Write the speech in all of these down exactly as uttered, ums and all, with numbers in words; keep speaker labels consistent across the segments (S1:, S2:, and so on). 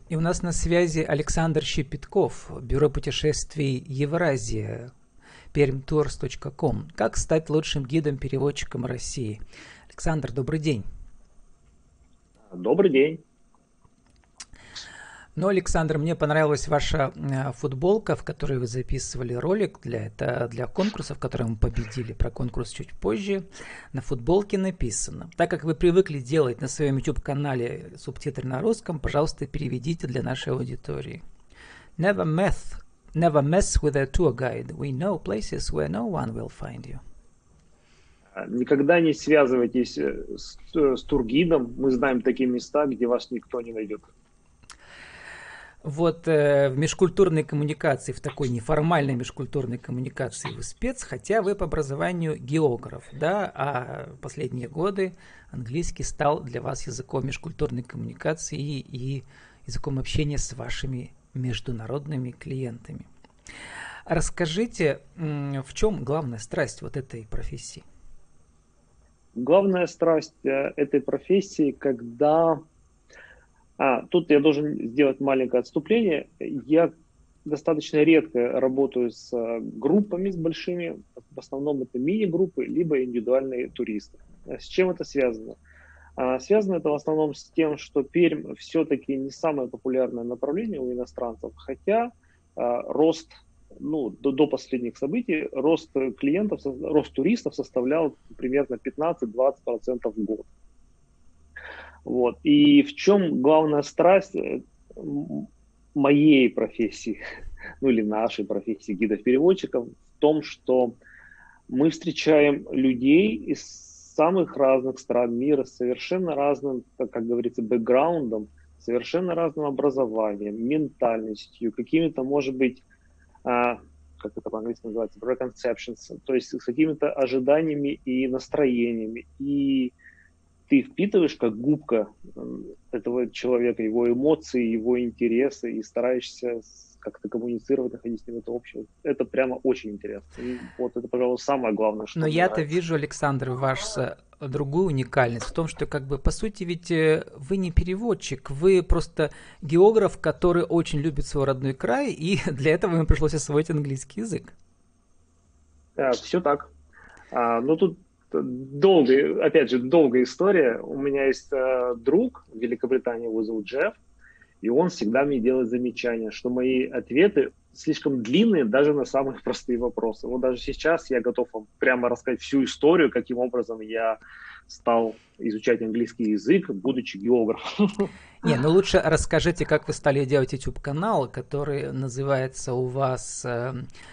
S1: И у нас на связи Александр Щепетков, бюро путешествий Евразия, пермь турс точка ком. Как стать лучшим гидом-переводчиком России? Александр, добрый день.
S2: Добрый день.
S1: Ну, Александр, мне понравилась ваша футболка, в которой вы записывали ролик для, это, для конкурса, в котором мы победили. Про конкурс чуть позже. На футболке написано: так как вы привыкли делать на своем YouTube-канале субтитры на русском, пожалуйста, переведите для нашей аудитории. Never mess, never mess with a tour guide. We know places where no one will find you.
S2: Никогда не связывайтесь с, с тургидом. Мы знаем такие места, где вас никто не найдет.
S1: Вот э, в межкультурной коммуникации, в такой неформальной межкультурной коммуникации вы спец, хотя вы по образованию географ, да, а последние годы английский стал для вас языком межкультурной коммуникации и, и языком общения с вашими международными клиентами. Расскажите, в чем главная страсть вот этой профессии?
S2: Главная страсть этой профессии, когда... А, тут я должен сделать маленькое отступление. Я достаточно редко работаю с группами, с большими. В основном это мини-группы, либо индивидуальные туристы. С чем это связано? А, связано это в основном с тем, что Пермь все-таки не самое популярное направление у иностранцев, хотя а, рост, ну, до, до последних событий, рост клиентов, рост туристов составлял примерно пятнадцать-двадцать процентов в год. Вот. И в чем главная страсть моей профессии, ну или нашей профессии гидов-переводчиков, в том, что мы встречаем людей из самых разных стран мира с совершенно разным, как, как говорится, бэкграундом, совершенно разным образованием, ментальностью, какими-то, может быть, а, как это по-английски называется, preconceptions, то есть с какими-то ожиданиями и настроениями. И ты впитываешь как губка этого человека, его эмоции, его интересы и стараешься как-то коммуницировать, находить с ним это общее. Это прямо очень интересно. И вот это, пожалуй, самое главное, что
S1: Но
S2: мне
S1: я-то
S2: нравится.
S1: вижу, Александр, вашу другую уникальность в том, что, как бы, по сути, ведь вы не переводчик, вы просто географ, который очень любит свой родной край, и для этого ему пришлось освоить английский язык.
S2: Да, все так. А, но тут долгая, опять же, долгая история. У меня есть э, друг в Великобритании, его зовут Джефф, и он всегда мне делает замечания, что мои ответы слишком длинные даже на самые простые вопросы. Вот даже сейчас я готов вам прямо рассказать всю историю, каким образом я стал изучать английский язык, будучи географом.
S1: Не, ну лучше расскажите, как вы стали делать YouTube-канал, который называется у вас э,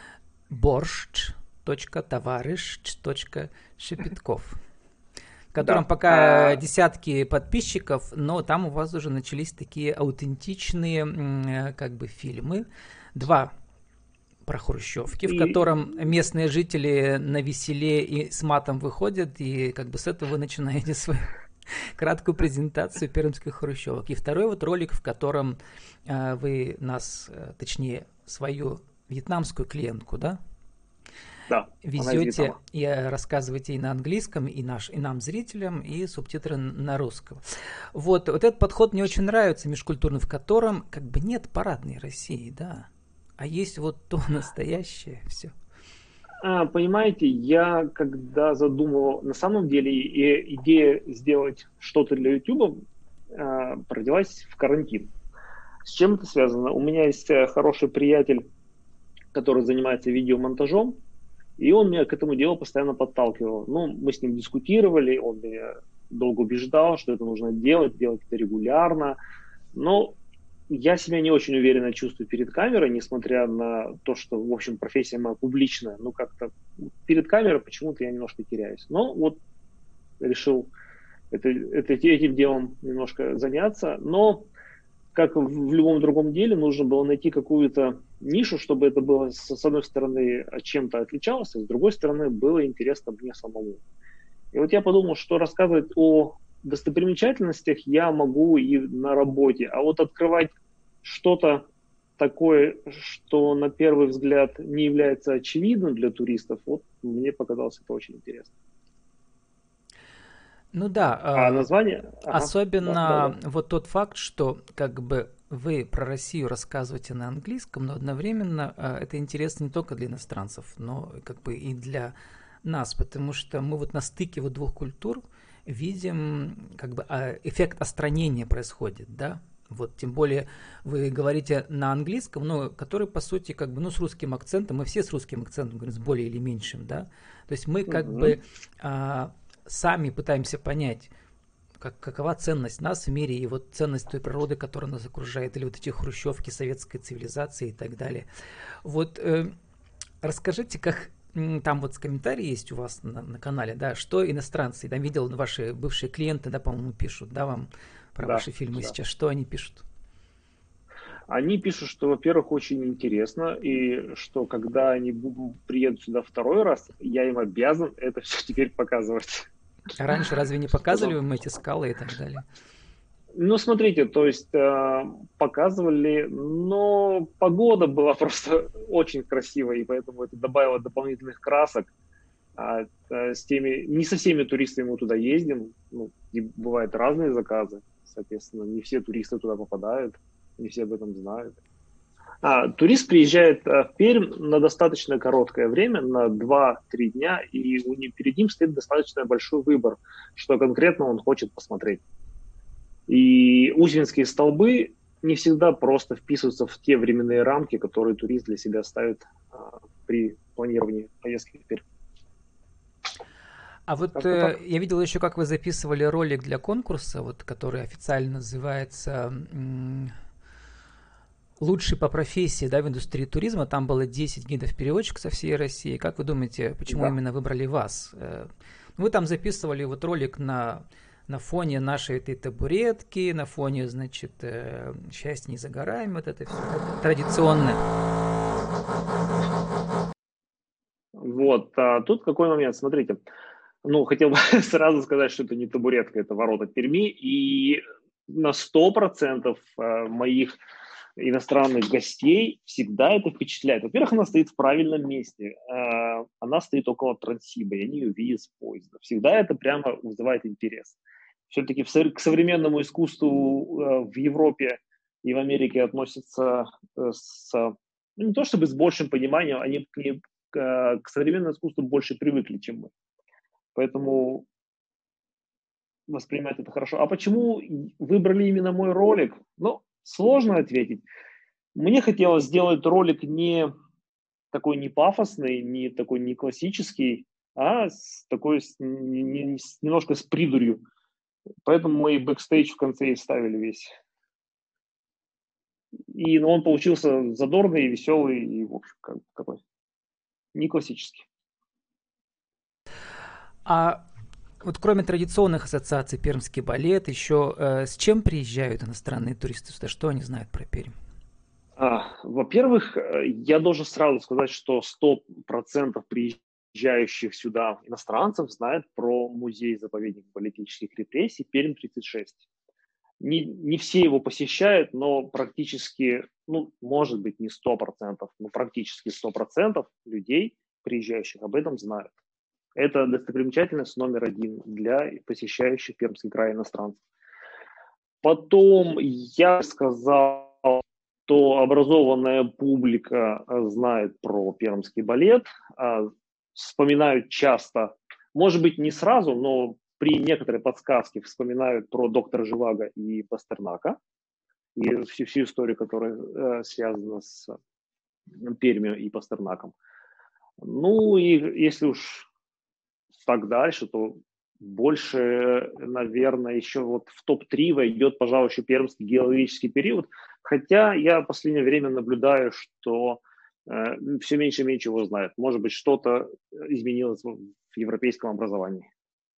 S1: борщ точка товарищ точка шепетков, в котором
S2: Да.
S1: пока
S2: А,
S1: десятки подписчиков, но там у вас уже начались такие аутентичные как бы фильмы. Два про хрущевки, в
S2: и
S1: котором местные жители на веселе и с матом выходят, и как бы с этого вы начинаете свою краткую презентацию пермских хрущевок. И второй вот ролик, в котором э, вы нас, э, точнее, свою вьетнамскую клиентку, да,
S2: да, она из
S1: везете
S2: Вьетнама.
S1: и рассказываете и на английском, и, наш, и нам, зрителям, и субтитры на русском. Вот, вот этот подход мне очень нравится, межкультурный, в котором как бы нет парадной России, да, а есть вот то настоящее все.
S2: А, понимаете, я когда задумывал, на самом деле и- идея сделать что-то для YouTube а, родилась в карантин. С чем это связано? У меня есть э, хороший приятель, который занимается видеомонтажом, и он меня к этому делу постоянно подталкивал. Ну, мы с ним дискутировали, он меня долго убеждал, что это нужно делать, делать это регулярно. Но я себя не очень уверенно чувствую перед камерой, несмотря на то, что, в общем, профессия моя публичная. Ну, как-то перед камерой почему-то я немножко теряюсь. Но вот решил это, это, этим делом немножко заняться. Но, как в любом другом деле, нужно было найти какую-то нишу, чтобы это было, с одной стороны, чем-то отличалось, а с другой стороны, было интересно мне самому. И вот я подумал, что рассказывать о достопримечательностях я могу и на работе, а вот открывать что-то такое, что на первый взгляд не является очевидным для туристов, вот мне показалось это очень интересно.
S1: Ну
S2: А
S1: да, э,
S2: название, ага, да, да,
S1: особенно
S2: да.
S1: вот тот факт, что как бы вы про Россию рассказываете на английском, но одновременно э, это интересно не только для иностранцев, но как бы и для нас, потому что мы вот на стыке вот двух культур видим, как бы а, эффект остранения происходит, да? Вот, тем более вы говорите на английском, но который, по сути, как бы, ну, с русским акцентом, мы все с русским акцентом говорим, с более или меньшим, да? То есть мы как
S2: Мгм.
S1: бы а, сами пытаемся понять, как, какова ценность нас в мире и вот ценность той природы, которая нас окружает, или вот эти хрущевки советской цивилизации и так далее. Вот э, расскажите, как м, там вот комментарий есть у вас на, на канале, да, что иностранцы, я там видел ваши бывшие клиенты, да, по-моему, пишут, да, вам про
S2: Да,
S1: ваши фильмы
S2: да.
S1: сейчас, что они пишут?
S2: Они пишут, что, во-первых, очень интересно, и что когда они бу- приедут сюда второй раз, я им обязан это все теперь показывать.
S1: А раньше разве не показывали
S2: Потом,
S1: вам эти скалы и так далее?
S2: ну, смотрите, то есть э, показывали, но погода была просто очень красивая, и поэтому это добавило дополнительных красок. А, э, с теми, не со всеми туристами мы туда ездим, ну, и бывают разные заказы, соответственно, не все туристы туда попадают, не все об этом знают. А, турист приезжает а, в Пермь на достаточно короткое время, на два-три дня, и у него, перед ним стоит достаточно большой выбор, что конкретно он хочет посмотреть. И узенские столбы не всегда просто вписываются в те временные рамки, которые турист для себя ставит а, при планировании поездки в Пермь.
S1: А вот
S2: Как-то
S1: э,
S2: так.
S1: я видел еще, как вы записывали ролик для конкурса, вот, который официально называется м, «Лучший по профессии, да, в индустрии туризма». Там было десять гидов-переводчиков со всей России. Как вы думаете, почему
S2: Да.
S1: именно выбрали вас? Э, Вы там записывали вот ролик на, на фоне нашей этой табуретки, на фоне, значит, э, «Счастье не за горами», вот это все традиционное.
S2: Вот. А тут какой момент, смотрите. Ну, хотел бы сразу сказать, что это не табуретка, это ворота Перми. И на сто процентов э, моих иностранных гостей всегда это впечатляет. Во-первых, она стоит в правильном месте. Э, Она стоит около Транссиба, и они ее видят с поезда. Всегда это прямо вызывает интерес. Все-таки к современному искусству э, в Европе и в Америке относятся э, с, ну, не то чтобы с большим пониманием, они к, ней, к, к современному искусству больше привыкли, чем мы. Поэтому воспринимать это хорошо. А почему выбрали именно мой ролик? Ну, сложно ответить. Мне хотелось сделать ролик не такой не пафосный, не такой не классический, а с такой с, не, не, с, немножко с придурью. Поэтому мы и бэкстейдж в конце и ставили весь. И ну, он получился задорный, веселый и, в общем, как такой не классический.
S1: А вот кроме традиционных ассоциаций пермский балет, еще э, с чем приезжают иностранные туристы сюда? Что они знают про Пермь?
S2: А, во-первых, э, я должен сразу сказать, что сто процентов приезжающих сюда иностранцев знают про музей-заповедник политических репрессий Пермь тридцать шесть. Не, не все его посещают, но практически, ну, может быть, не сто процентов, но практически сто процентов людей, приезжающих, об этом знают. Это достопримечательность номер один для посещающих Пермский край иностранцев. Потом я сказал, что образованная публика знает про пермский балет, вспоминают часто, может быть, не сразу, но при некоторой подсказке вспоминают про доктора Живаго и Пастернака и всю, всю историю, которая э, связана с Пермью и Пастернаком. Ну и если уж так дальше, то больше, наверное, еще вот в топ три войдет, пожалуй, еще пермский геологический период. Хотя я в последнее время наблюдаю, что э, все меньше и меньше его знают. Может быть, что-то изменилось в европейском образовании.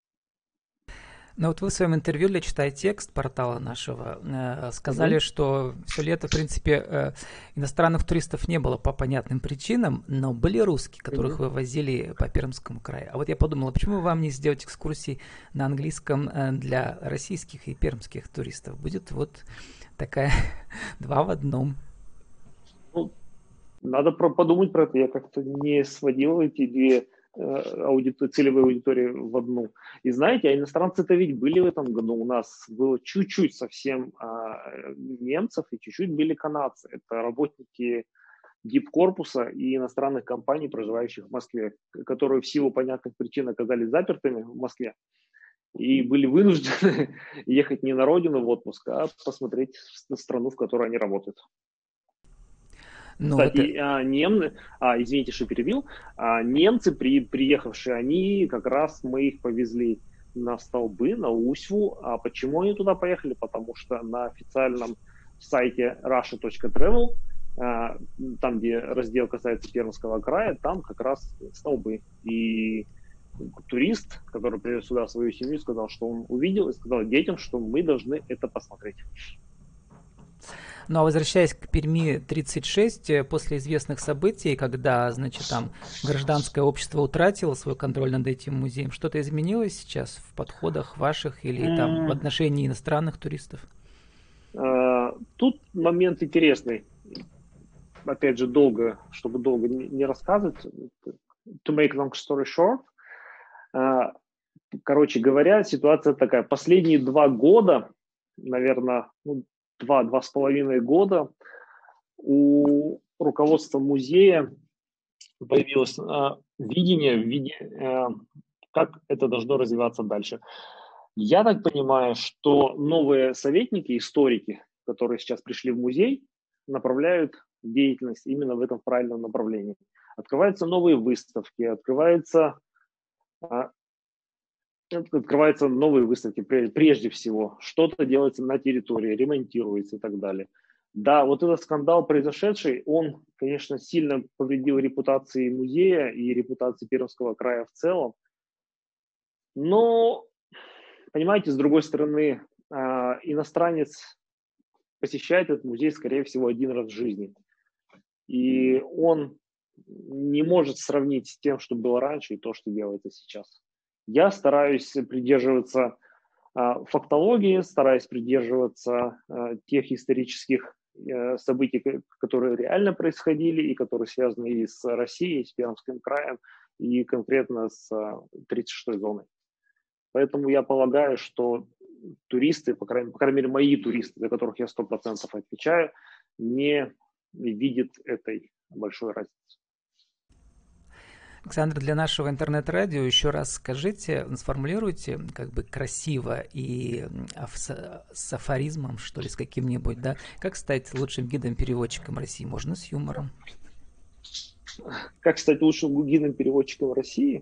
S1: Ну вот вы в своем интервью для «Читай текст» портала нашего э, сказали,
S2: Угу.
S1: что все лето, в принципе, э, иностранных туристов не было по понятным причинам, но были русские, которых
S2: Угу.
S1: вы возили по Пермскому краю. А вот я подумала, почему вам не сделать экскурсии на английском э, для российских и пермских туристов? Будет вот такая два в одном.
S2: Ну, надо про- подумать про это. Я как-то не сводил эти две аудитор, целевой аудитории в одну. И знаете, а иностранцы-то ведь были в этом году. У нас было чуть-чуть совсем а, немцев и чуть-чуть были канадцы. Это работники дипкорпуса и иностранных компаний, проживающих в Москве, которые в силу понятных причин оказались запертыми в Москве и были вынуждены ехать не на родину в отпуск, а посмотреть страну, в которой они работают. Ну, Кстати, это... нем... а, извините, что перебил. А, немцы, при... приехавшие, они как раз мы их повезли на Столбы, на Усьву. А почему они туда поехали? Потому что на официальном сайте russia точка travel, а, там, где раздел касается Пермского края, там как раз Столбы. И турист, который привез сюда свою семью, сказал, что он увидел и сказал детям, что мы должны это посмотреть.
S1: Ну а возвращаясь к Перми тридцать шесть, после известных событий, когда, значит, там гражданское общество утратило свой контроль над этим музеем, что-то изменилось сейчас в подходах ваших или там в отношении иностранных туристов?
S2: Тут момент интересный. Опять же, долго, чтобы долго не рассказывать. To make long story short. Короче говоря, ситуация такая. Последние два года, наверное, ну, два, два с половиной года у руководства музея появилось э, видение, виде, э, как это должно развиваться дальше. Я так понимаю, что новые советники, историки, которые сейчас пришли в музей, направляют деятельность именно в этом правильном направлении. Открываются новые выставки, открываются, э, открываются новые выставки прежде всего. Что-то делается на территории, ремонтируется и так далее. Да, вот этот скандал произошедший, он, конечно, сильно повредил репутации музея и репутации Пермского края в целом. Но, понимаете, с другой стороны, иностранец посещает этот музей, скорее всего, один раз в жизни. И он не может сравнить с тем, что было раньше, и то, что делается сейчас. Я стараюсь придерживаться фактологии, стараюсь придерживаться тех исторических событий, которые реально происходили и которые связаны и с Россией, и с Пермским краем, и конкретно с тридцать шестой зоной. Поэтому я полагаю, что туристы, по крайней, по крайней мере мои туристы, за которых я сто процентов отвечаю, не видят этой большой разницы.
S1: Александр, для нашего интернет-радио еще раз скажите, сформулируйте как бы красиво и с афоризмом, что ли, с каким-нибудь, да, как стать лучшим гидом-переводчиком России? Можно с юмором.
S2: Как стать лучшим гидом-переводчиком России?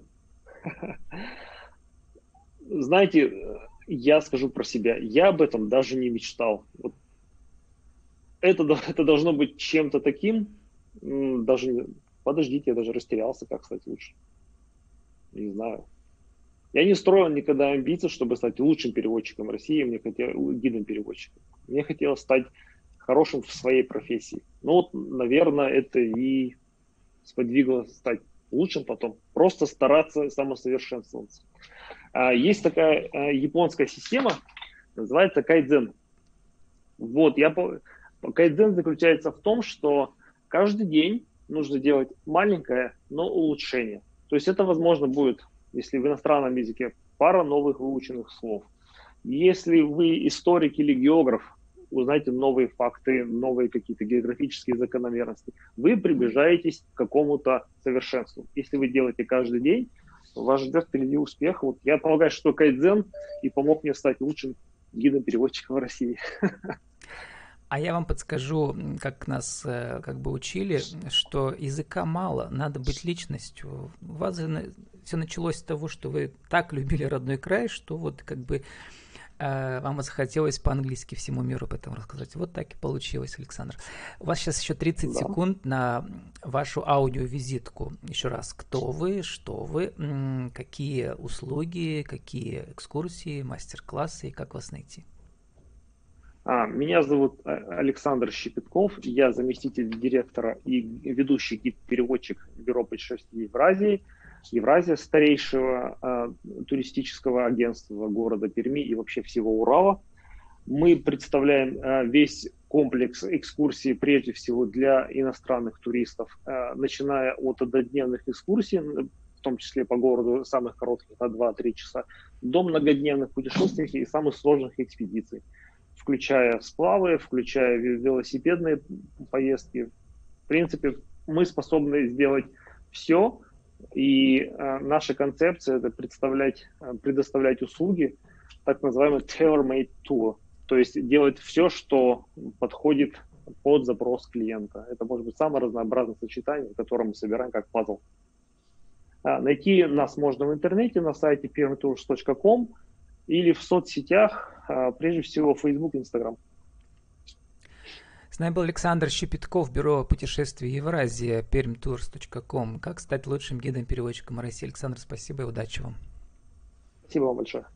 S2: Знаете, я скажу про себя, я об этом даже не мечтал. Вот это, это должно быть чем-то таким, даже... Подождите, я даже растерялся, как стать лучше. Не знаю. Я не строил никогда амбиций, чтобы стать лучшим переводчиком России, мне хотелось, гидом-переводчиком. Мне хотелось стать хорошим в своей профессии. Ну вот, наверное, это и сподвигло стать лучшим потом. Просто стараться самосовершенствоваться. Есть такая японская система, называется кайдзен. Вот, я... Кайдзен заключается в том, что каждый день нужно делать маленькое, но улучшение. То есть это возможно будет, если в иностранном языке, пара новых выученных слов. Если вы историк или географ, узнаете новые факты, новые какие-то географические закономерности, вы приближаетесь к какому-то совершенству. Если вы делаете каждый день, вас ждет впереди успех. Вот я полагаю, что кайдзен и помог мне стать лучшим гидом-переводчиком в России.
S1: А я вам подскажу, как нас как бы учили, что языка мало, надо быть личностью. У вас все началось с того, что вы так любили родной край, что вот как бы вам захотелось по-английски всему миру об этом рассказать. Вот так и получилось, Александр. У вас сейчас еще тридцать да. секунд на вашу аудиовизитку. Еще раз, кто вы, что вы, какие услуги, какие экскурсии, мастер-классы и как вас найти?
S2: А, меня зовут Александр Щепетков, я заместитель директора и ведущий гид-переводчик бюро путешествий Евразии. Евразия старейшего э, туристического агентства города Перми и вообще всего Урала. Мы представляем э, весь комплекс экскурсий прежде всего для иностранных туристов, э, начиная от однодневных экскурсий, в том числе по городу, самых коротких на два-три часа, до многодневных путешествий и самых сложных экспедиций, включая сплавы, включая велосипедные поездки. В принципе, мы способны сделать все, и э, наша концепция – это представлять, предоставлять услуги, так называемый tailor-made tour, то есть делать все, что подходит под запрос клиента. Это может быть самое разнообразное сочетание, которое мы собираем как пазл. А, найти нас можно в интернете на сайте перми турс точка ком или в соцсетях, а, прежде всего Facebook и Instagram.
S1: С нами был Александр Щепетков, бюро путешествий Евразия, перми турс точка ком. Как стать лучшим гидом-переводчиком России? Александр, спасибо и удачи вам.
S2: Спасибо вам большое.